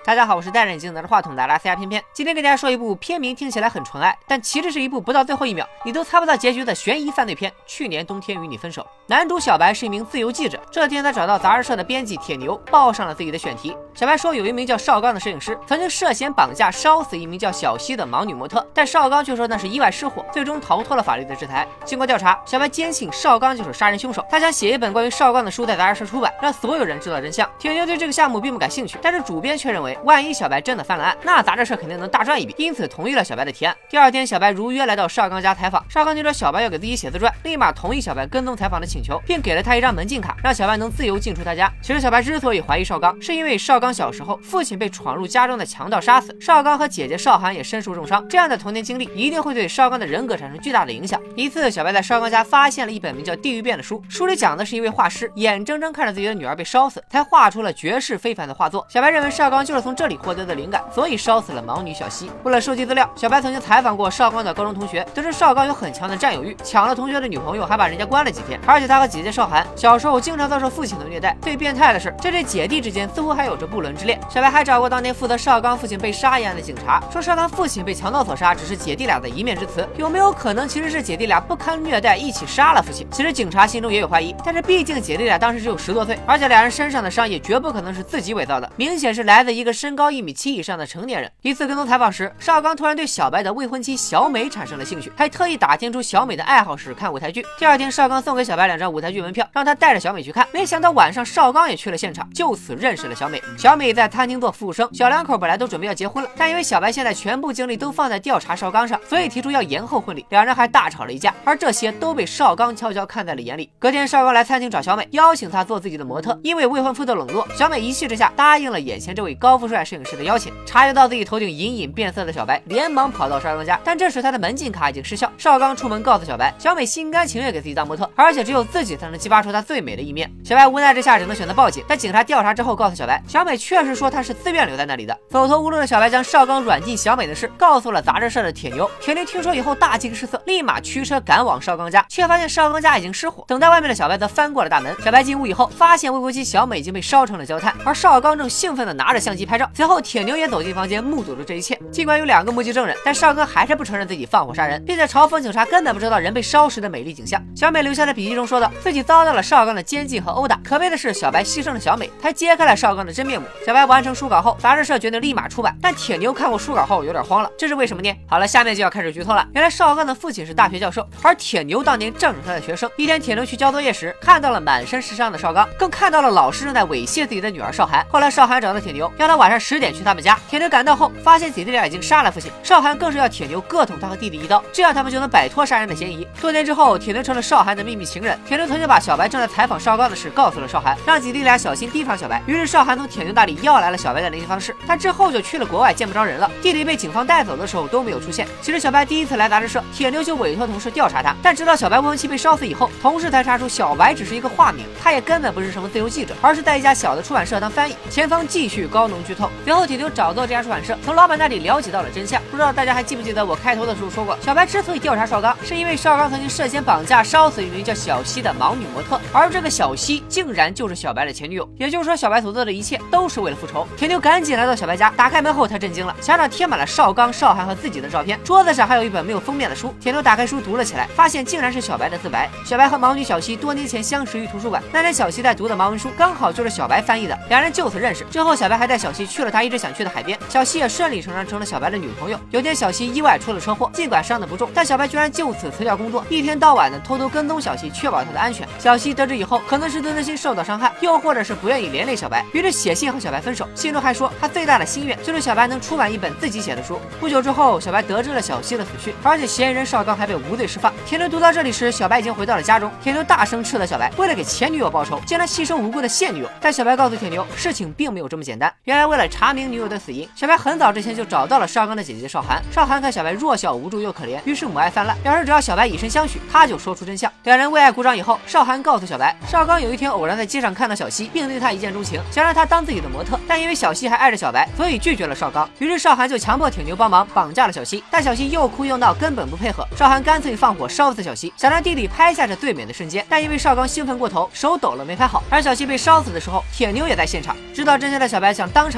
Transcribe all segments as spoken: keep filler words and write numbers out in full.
大家好，我是戴着眼镜拿着话筒的阿拉斯加偏偏。今天给大家说一部片名听起来很纯爱，但其实是一部不到最后一秒你都猜不到结局的悬疑犯罪片《去年冬天与你分手》。男主小白是一名自由记者，这天他找到杂志社的编辑铁牛，报上了自己的选题。小白说有一名叫邵刚的摄影师曾经涉嫌绑架烧死一名叫小西的盲女模特，但邵刚却说那是意外失火，最终逃脱了法律的制裁。经过调查，小白坚信邵刚就是杀人凶手，他想写一本关于邵刚的书在杂志社出版，让所有人知道真相。铁牛对这个项目并不感兴趣，但是主编却认为万一小白真的犯了案，那杂志社肯定能大赚一笔，因此同意了小白的提案。第二天，小白如约来到邵刚家采访，邵刚听说小白要给自己写自传，立马同意小白跟踪采访的请求，并给了他一张门禁卡，让小白能自由进出他家。其实小白之所以怀疑邵刚，是因为邵刚小时候父亲被闯入家中的强盗杀死，邵刚和姐姐邵涵也身受重伤，这样的童年经历一定会对邵刚的人格产生巨大的影响。一次，小白在邵刚家发现了一本名叫《地狱变》的书，书里讲的是一位画师眼睁睁看着自己的女儿被烧死，才画出了绝世非凡的画作。小白认为邵刚就是从这里获得的灵感，所以烧死了盲女小西。为了收集资料，小白曾经采访过邵刚的高中同学，得知邵刚有很强的占有欲，抢了同学的女朋友，还把人家关了几天。而且他和姐姐邵涵小时候经常遭受父亲的虐待，最变态的是这对姐弟之间似乎还有着不伦之恋。小白还找过当年负责邵刚父亲被杀一案的警察，说邵刚父亲被强盗所杀只是姐弟俩的一面之词，有没有可能其实是姐弟俩不堪虐待一起杀了父亲？其实警察心中也有怀疑，但是毕竟姐弟俩当时只有十多岁，而且俩人身上的伤也绝不可能是自己伪造的，明显是来自一个身高一米七以上的成年人。一次跟踪采访时，邵刚突然对小白的未婚妻小美产生了兴趣，还特意打听出小美的爱好是看舞台剧。第二天，邵刚送给小白两张舞台剧门票，让他带着小美去看。没想到晚上邵刚也去了现场，就此认识了小美。小美在餐厅做服务生，小两口本来都准备要结婚了，但因为小白现在全部精力都放在调查邵刚上，所以提出要延后婚礼，两人还大吵了一架，而这些都被邵刚悄悄看在了眼里。隔天，邵刚来餐厅找小美，邀请她做自己的模特。因为未婚夫的冷落，小美一气之下答应了眼前这位高富帅摄影师的邀请。察觉到自己头顶隐隐变色的小白连忙跑到邵刚家，但这时他的门禁卡已经失效。邵刚出门告诉小白，小美心甘情愿给自己当模特，而且只有自己才能激发出她最美的一面。小白无奈之下只能选择报警，但警察调查之后告诉小白，小美确实说她是自愿留在那里的。走投无路的小白将邵刚软禁小美的事告诉了杂志社的铁牛。铁牛听说以后大惊失色，立马驱车赶往邵刚家，却发现邵刚家已经失火。等在外面的小白则翻过了大门。小白进屋以后，发现未婚妻小美已经被烧成了焦炭，而邵刚正兴奋地拿着相机拍照。随后铁牛也走进房间，目睹了这一切。尽管有两个目击证人，但邵刚还是不承认自己放火杀人，并且嘲讽警察根本不知道人被烧时的美丽景象。小美留下的笔记中说道，自己遭到了邵刚的监禁和殴打。可悲的是，小白牺牲了小美，才揭开了邵刚的真面目。小白完成书稿后，杂志社决定立马出版，但铁牛看过书稿后有点慌了，这是为什么呢？好了，下面就要开始剧透了。原来邵刚的父亲是大学教授，而铁牛当年正是他的学生。一天，铁牛去交作业时，看到了满身是伤的邵刚，更看到了老师正在猥亵自己的女儿邵涵。后来邵涵找到铁牛，要他晚上十点去他们家。铁牛赶到后，发现姐弟俩已经杀了父亲，邵涵更是要铁牛各捅他和弟弟一刀，这样他们就能摆脱杀人的嫌疑。多年之后，铁牛成了邵涵的秘密情人。铁牛曾经把小白正在采访邵刚的事告诉了邵涵，让姐弟俩小心提防小白。于是邵涵从铁牛那里要来了小白的联系方式，但之后就去了国外，见不着人了。弟弟被警方带走的时候都没有出现。其实小白第一次来杂志社，铁牛就委托同事调查他，但直到小白未婚妻被烧死以后，同事才查出小白只是一个化名，他也根本不是什么自由记者，而是在一家小的出版社当翻译。前方继续高能剧透。随后铁牛找到这家出版社，从老板那里了解到了真相。不知道大家还记不记得我开头的时候说过，小白之所以调查邵刚，是因为邵刚曾经涉嫌绑架烧死一名叫小西的盲女模特，而这个小西竟然就是小白的前女友。也就是说，小白所做的一切都是为了复仇。铁牛赶紧来到小白家，打开门后他震惊了，墙上贴满了邵刚、邵涵和自己的照片，桌子上还有一本没有封面的书。铁牛打开书读了起来，发现竟然是小白的自白。小白和盲女小西多年前相识于图书馆，那年小西在读的盲文书刚好就是小白翻译的，两人就此认识。之后小白还带小西去了他一直想去的海边，小西也顺理成章成了小白的女朋友。有天小西意外出了车祸，尽管伤得不重，但小白居然就此辞掉工作，一天到晚的偷偷跟踪小西，确保她的安全。小西得知以后，可能是自尊心受到伤害，又或者是不愿意连累小白，于是写信和小白分手，信中还说他最大的心愿就是小白能出版一本自己写的书。不久之后，小白得知了小西的死讯，而且嫌疑人邵刚还被无罪释放。铁牛读到这里时，小白已经回到了家中。铁牛大声斥责小白，为了给前女友报仇，竟然牺牲无辜的现女友。但小白告诉铁牛，事情并没有这么简单。原来为了查明女友的死因，小白很早之前就找到了邵刚的姐姐邵涵。邵涵看小白弱小无助又可怜，于是母爱泛滥，表示只要小白以身相许，他就说出真相。两人为爱鼓掌以后，邵涵告诉小白，邵刚有一天偶然在街上看到小西，并对他一见钟情，想让他当自己的模特，但因为小西还爱着小白，所以拒绝了邵刚。于是邵涵就强迫铁牛帮忙绑架了小西，但小西又哭又闹，根本不配合。邵涵干脆放火烧死小西，想让弟弟拍下这最美的瞬间，但因为邵刚兴奋过头，手抖了没拍好。而小西被烧死的时候，铁牛也在现场。知道真相的小白想当场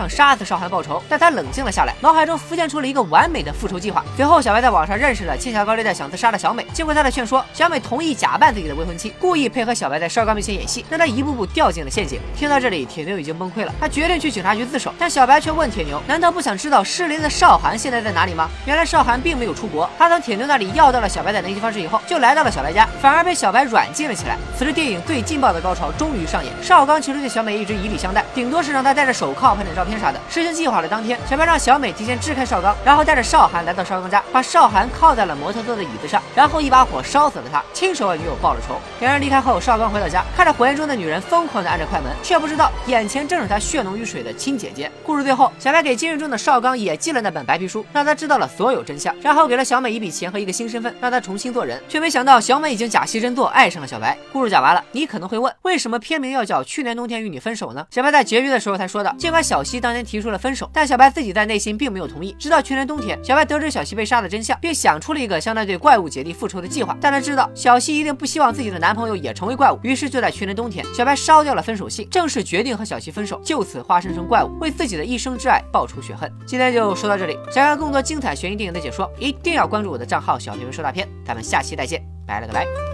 场杀死少寒报仇，但他冷静了下来，脑海中浮现出了一个完美的复仇计划。随后，小白在网上认识了欠下高利贷想自杀的小美，经过他的劝说，小美同意假扮自己的未婚妻，故意配合小白在少刚面前演戏，让他一步步掉进了陷阱。听到这里，铁牛已经崩溃了，他决定去警察局自首，但小白却问铁牛，难道不想知道失联的少寒现在在哪里吗？原来少寒并没有出国，他从铁牛那里要到了小白的联系方式以后，就来到了小白家，反而被小白软禁了起来。此时电影最劲爆的高潮终于上演，少刚其实对小美一直以礼相待，顶多是让他戴着手铐拍点照片啥的。实行计划的当天，小白让小美提前支开少刚，然后带着少寒来到少刚家，把少寒铐在了摩托车的椅子上，然后一把火烧死了他，亲手为女友报了仇。两人离开后，少刚回到家，看着火焰中的女人疯狂地按着快门，却不知道眼前正是他血浓于水的亲姐姐。故事最后，小白给监狱中的少刚也寄了那本白皮书，让他知道了所有真相，然后给了小美一笔钱和一个新身份，让他重新做人。却没想到小美已经假戏真做，爱上了小白。故事讲完了，你可能会问，为什么片名要叫《去年冬天与你分手》呢？小白在结局的时候才说到，尽管小西当年提出了分手，但小白自己在内心并没有同意。直到去年冬天，小白得知小西被杀的真相，并想出了一个相当对怪物姐弟复仇的计划。但他知道小西一定不希望自己的男朋友也成为怪物，于是就在去年冬天，小白烧掉了分手信，正式决定和小西分手，就此化身成怪物，为自己的一生挚爱报仇雪恨。今天就说到这里，想看更多精彩悬疑电影的解说，一定要关注我的账号小评说大片。咱们下期再见，拜了个拜。